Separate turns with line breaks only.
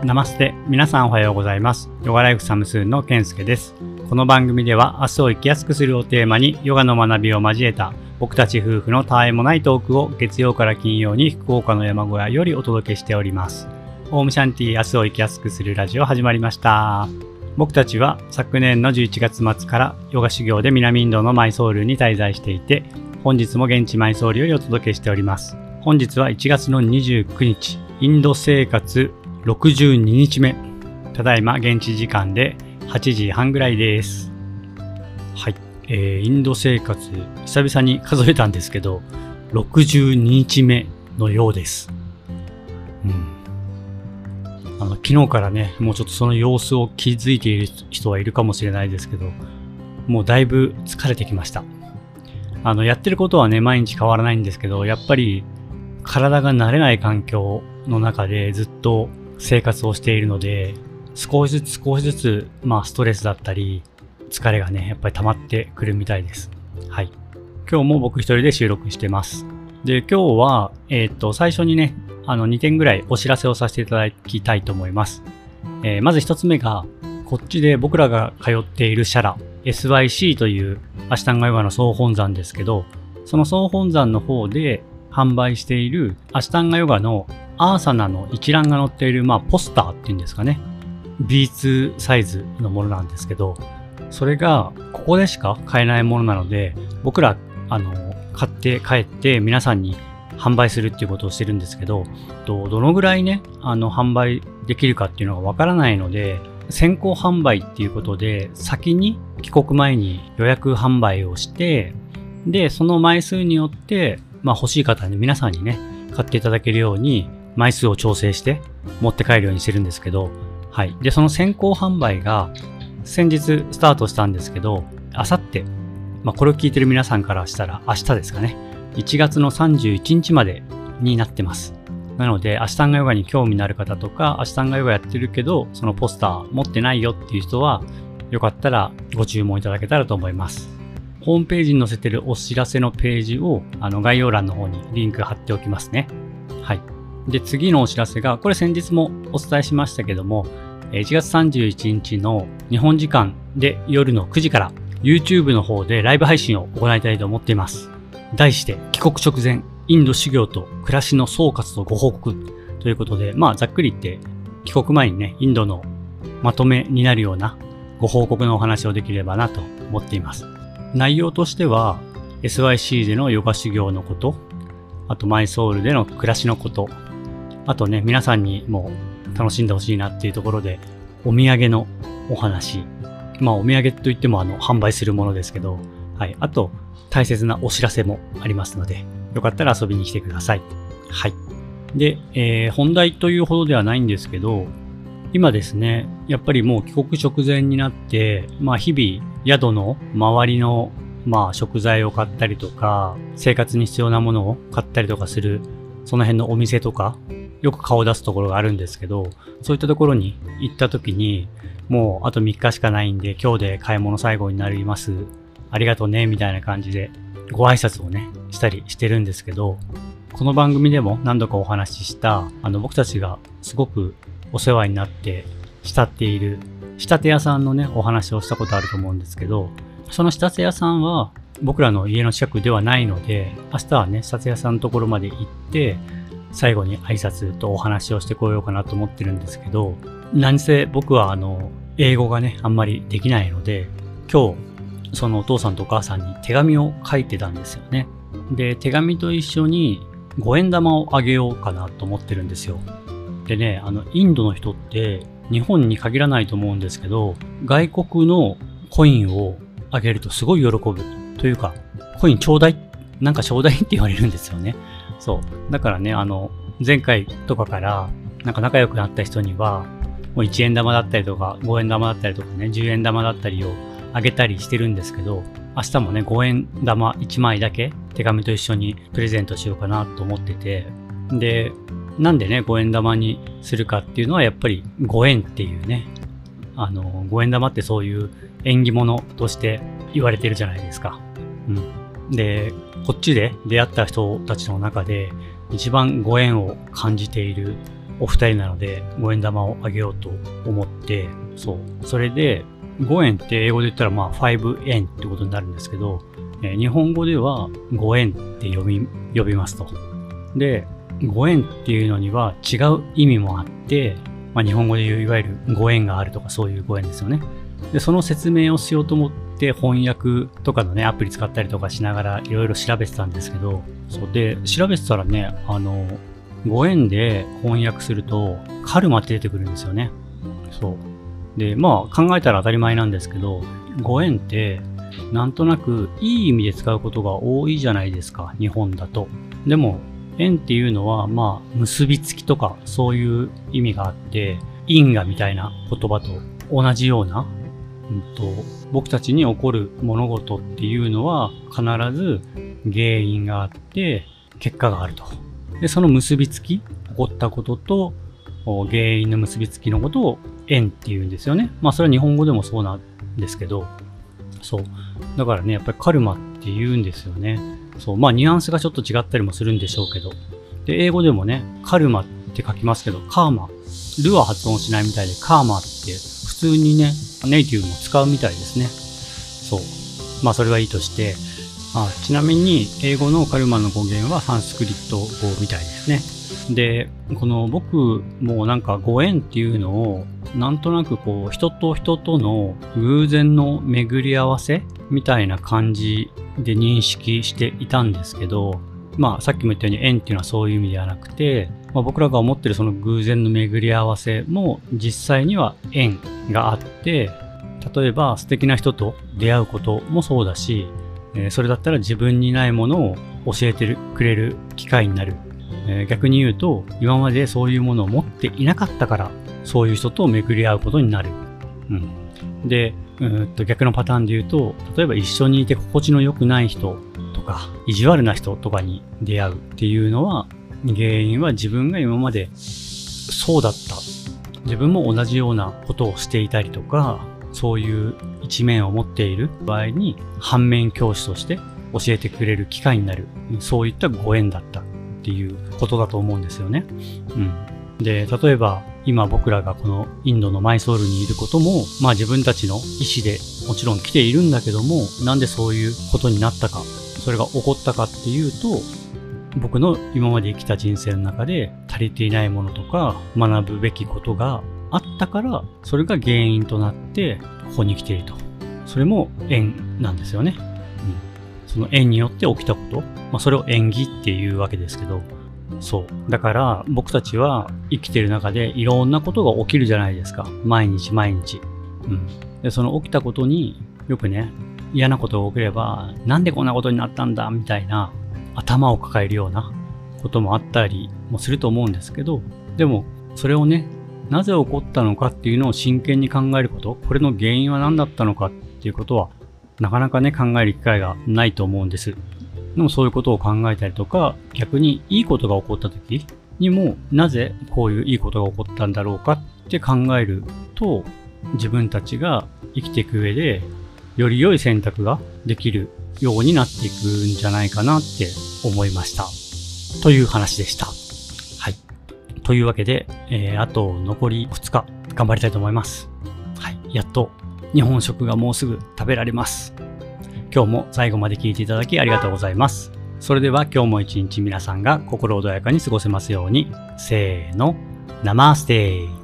ナマステ、皆さんおはようございます。ヨガライフサムスーンのケンスケです。この番組では明日を生きやすくするをテーマにヨガの学びを交えた僕たち夫婦のたわいもないトークを月曜から金曜に福岡の山小屋よりお届けしております。オームシャンティ、明日を生きやすくするラジオ始まりました。僕たちは昨年の11月末からヨガ修行で南インドのマイソールに滞在していて、本日も現地マイソールよりお届けしております。本日は1月の29日、インド生活62日目。ただいま現地時間で8時半ぐらいです。はい。インド生活、久々に数えたんですけど、62日目のようです。昨日からね、もうちょっとその様子を気づいている人はいるかもしれないですけど、もうだいぶ疲れてきました。やってることはね、毎日変わらないんですけど、やっぱり体が慣れない環境の中でずっと生活をしているので、少しずつストレスだったり、疲れがね、やっぱり溜まってくるみたいです。はい。今日も僕一人で収録してます。で、今日は、最初にね、2点ぐらいお知らせをさせていただきたいと思います。まず一つ目が、こっちで僕らが通っているシャラ、SYC というアシュタンガヨガの総本山ですけど、その総本山の方で販売しているアシュタンガヨガのアーサナの一覧が載っている、ポスターっていうんですかね。B2 サイズのものなんですけど、それがここでしか買えないものなので、僕ら、買って帰って皆さんに販売するっていうことをしてるんですけど、どのぐらいね、販売できるかっていうのがわからないので、先行販売っていうことで、先に帰国前に予約販売をして、で、その枚数によって、欲しい方に皆さんにね、買っていただけるように、枚数を調整して持って帰るようにしてるんですけど、はい。で、その先行販売が先日スタートしたんですけど、あさって、これを聞いてる皆さんからしたら明日ですかね。1月の31日までになってます。なので、アシュタンガヨガに興味のある方とか、アシュタンガヨガやってるけど、そのポスター持ってないよっていう人は、よかったらご注文いただけたらと思います。ホームページに載せてるお知らせのページを、概要欄の方にリンク貼っておきますね。はい。で、次のお知らせが、これ先日もお伝えしましたけども、1月31日の日本時間で夜の9時から YouTube の方でライブ配信を行いたいと思っています。題して、帰国直前、インド修行と暮らしの総括とご報告ということで、ざっくり言って、帰国前にね、インドのまとめになるようなご報告のお話をできればなと思っています。内容としては、SYC でのヨガ修行のこと、あとマイソウルでの暮らしのこと、あとね、皆さんにも楽しんでほしいなっていうところで、お土産のお話。お土産といっても販売するものですけど、はい。あと、大切なお知らせもありますので、よかったら遊びに来てください。はい。で、本題というほどではないんですけど、今ですね、やっぱりもう帰国直前になって、日々、宿の周りの、食材を買ったりとか、生活に必要なものを買ったりとかする、その辺のお店とか、よく顔を出すところがあるんですけど、そういったところに行った時に、もうあと3日しかないんで、今日で買い物最後になります。ありがとうね、みたいな感じで、ご挨拶をね、したりしてるんですけど、この番組でも何度かお話しした、僕たちがすごくお世話になって慕っている仕立て屋さんのね、お話をしたことあると思うんですけど、その仕立て屋さんは僕らの家の近くではないので、明日はね、仕立て屋さんのところまで行って、最後に挨拶とお話をしてこようかなと思ってるんですけど、何せ僕は英語がね、あんまりできないので、今日、そのお父さんとお母さんに手紙を書いてたんですよね。で、手紙と一緒に5円玉をあげようかなと思ってるんですよ。でね、インドの人って日本に限らないと思うんですけど、外国のコインをあげるとすごい喜ぶ。というか、コインちょうだいなんかちょうだいって言われるんですよね。そう。だからね、前回とかから、仲良くなった人には、もう1円玉だったりとか、5円玉だったりとかね、10円玉だったりをあげたりしてるんですけど、明日もね、5円玉1枚だけ手紙と一緒にプレゼントしようかなと思ってて、で、なんでね、5円玉にするかっていうのはやっぱり5円っていうね、5円玉ってそういう縁起物として言われてるじゃないですか。で、こっちで出会った人たちの中で一番ご縁を感じているお二人なので5円玉をあげようと思って、それで5円って英語で言ったら5円ってことになるんですけど、日本語では5円って呼びますと。で、5円っていうのには違う意味もあって、日本語で言ういわゆるご縁があるとかそういうご縁ですよね。で、その説明をしようと思って翻訳とかのね、アプリ使ったりとかしながらいろいろ調べてたんですけど、で、調べてたらね、ご縁で翻訳するとカルマって出てくるんですよね。で、考えたら当たり前なんですけど、ご縁ってなんとなくいい意味で使うことが多いじゃないですか、日本だと。でも、縁っていうのは、結びつきとかそういう意味があって、因果みたいな言葉と同じような、僕たちに起こる物事っていうのは必ず原因があって結果があると。で、その結びつき、起こったことと原因の結びつきのことを縁っていうんですよね。それは日本語でもそうなんですけど、だからね、やっぱりカルマって言うんですよね。ニュアンスがちょっと違ったりもするんでしょうけど。で、英語でもね、カルマって書きますけど、カーマ。ルは発音しないみたいで、カーマって普通にね、ネイティブも使うみたいですね。それはいいとして、ちなみに英語のカルマの語源はサンスクリット語みたいですね。で、僕もご縁っていうのを、なんとなく人と人との偶然の巡り合わせみたいな感じで認識していたんですけど、さっきも言ったように縁っていうのはそういう意味ではなくて、僕らが思ってるその偶然の巡り合わせも実際には縁があって、例えば素敵な人と出会うこともそうだし、それだったら自分にないものを教えてくれる機会になる。逆に言うと、今までそういうものを持っていなかったから、そういう人と巡り合うことになる。で、逆のパターンで言うと、例えば一緒にいて心地の良くない人とか、意地悪な人とかに出会うっていうのは、原因は自分が今までそうだった。自分も同じようなことをしていたりとか、そういう一面を持っている場合に、反面教師として教えてくれる機会になる。そういったご縁だったっていうことだと思うんですよね。で、例えば、今僕らがこのインドのマイソールにいることも、自分たちの意思でもちろん来ているんだけども、なんでそういうことになったか、それが起こったかっていうと、僕の今まで生きた人生の中で足りていないものとか学ぶべきことがあったから、それが原因となってここに来ていると。それも縁なんですよね。その縁によって起きたこと、それを縁起っていうわけですけど、だから僕たちは生きてる中でいろんなことが起きるじゃないですか。毎日毎日。で、その起きたことによくね、嫌なことが起きれば、なんでこんなことになったんだみたいな頭を抱えるようなこともあったりもすると思うんですけど、でもそれをね、なぜ起こったのかっていうのを真剣に考えること、これの原因は何だったのかっていうことは、なかなかね、考える機会がないと思うんです。でもそういうことを考えたりとか、逆にいいことが起こった時にも、なぜこういういいことが起こったんだろうかって考えると、自分たちが生きていく上で、より良い選択ができるようになっていくんじゃないかなって思いました。という話でした。はい。というわけで、あと残り2日頑張りたいと思います。はい。やっと日本食がもうすぐ食べられます。今日も最後まで聞いていただきありがとうございます。それでは今日も一日皆さんが心穏やかに過ごせますように。せーの、ナマステー。